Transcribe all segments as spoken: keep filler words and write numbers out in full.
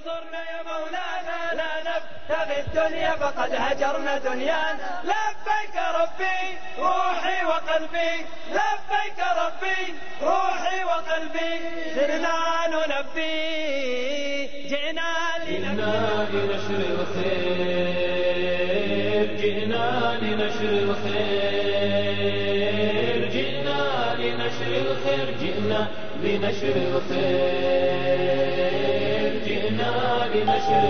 فانصرنا يا مولانا لا نبتغي الدنيا فقد هجرنا دنيانا. لبيك ربي روحي وقلبي، لبيك ربي روحي وقلبي، سرنا نلبي جئنا لنشر الخير، جئنا لنشر الخير، جئنا لنشر الخير، جئنا لنشر الخير، جئنا لنشر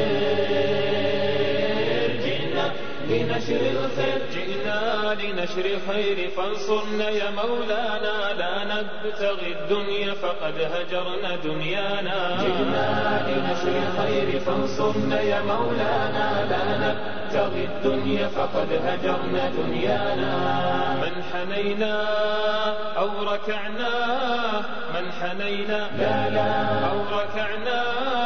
الخير، جئنا لنشر الخير، جئنا لنشر الخير فانصرنا يا مولانا لا نبتغي الدنيا فقد هجرنا دنيانا. جئنا لنشر الخير فانصرنا يا مولانا لا نبتغي الدنيا فقد هجرنا دنيانا. من حنينا أو ركعنا، من حنينا لا لا أو ركعنا،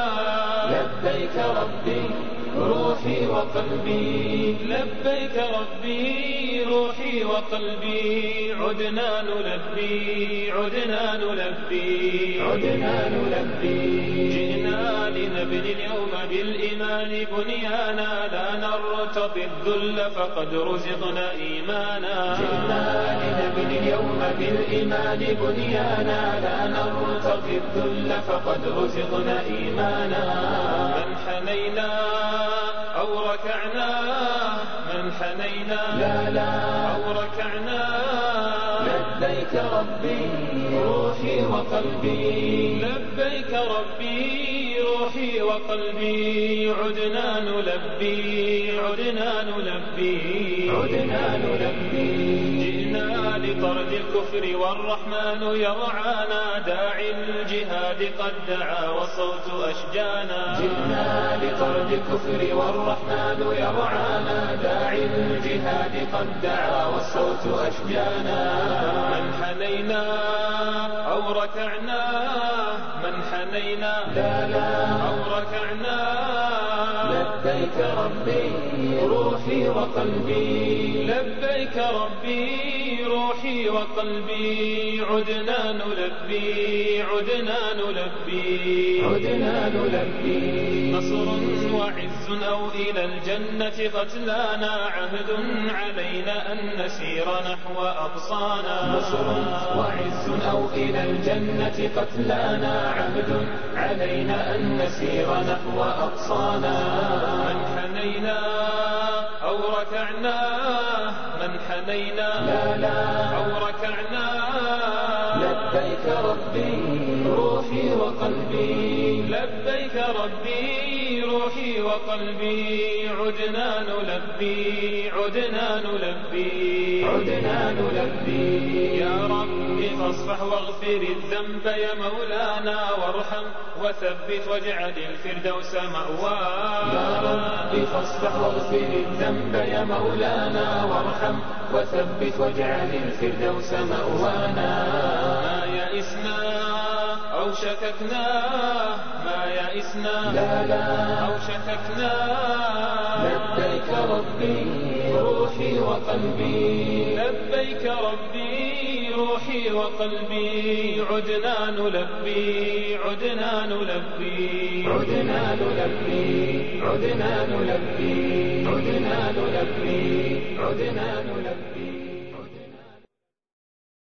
لبيك ربي روحي وقلبي، لبيك ربي روحي وقلبي، عدنا نلبي عدنا نلبي عدنا نلبي. جئنا لنبني اليوم بالإيمان بنيانا لا نرتضي الذل فقد رزقنا إيمانا. جئنا لنبني اليوم بالإيمان بنيانا لا نرتضي الذل فقد رزقنا إيمانا. من حنينا أو ركعنا، من حنينا لا لا أو ركعنا، لبيك ربي روحي وقلبي، لبيك ربي روحي وقلبي، عدنا نلبي عدنا نلبي عدنا نلبي. جئنا لطرد الكفر والرحمن يرعانا، داعي الجهاد قد دعا والصوت أشجانا. جئنا لطرد الكفر والرحمن يرعانا، داعي الجهاد قد دعا والصوت أشجانا. من حنينا أو ركعنا، من حنينا لا لا أو ركعنا، لبيك ربي روحي وقلبي، لبيك ربي روحي وقلبي، عدنا نلبي عدنا نلبي عدنا نلبي. نصر وعز أو إلى الجنة قتلانا، عهد علينا أن نسير نحو أقصانا. نصر وعز أو إلى الجنة قتلانا، عهد علينا أن نسير نحو أقصانا. من حنينا أو ركعنا، من حنينا لا لا أو ركعنا، لبيك ربي روحي وقلبي، لبيك ربي روحي وقلبي، عدنا نلبي عدنا نلبي عدنا نلبي. يا ربي فاصفح واغفر الذنب يا مولانا، وارحم وثبت واجعل الفردوس مأوانا. يا ربي فاصفح واغفر الذنب يا مولانا، وارحم وثبت واجعل الفردوس مأوانا. ما يئسنا أو شككنا، ما يئسنا لا لا أو شككنا، لبيك ربي روحي وقلبي، لبيك ربي روحي وقلبي، عدنا نلبي عدنا نلبي عدنا نلبي عدنا نلبي عدنا نلبي عدنا نلبي.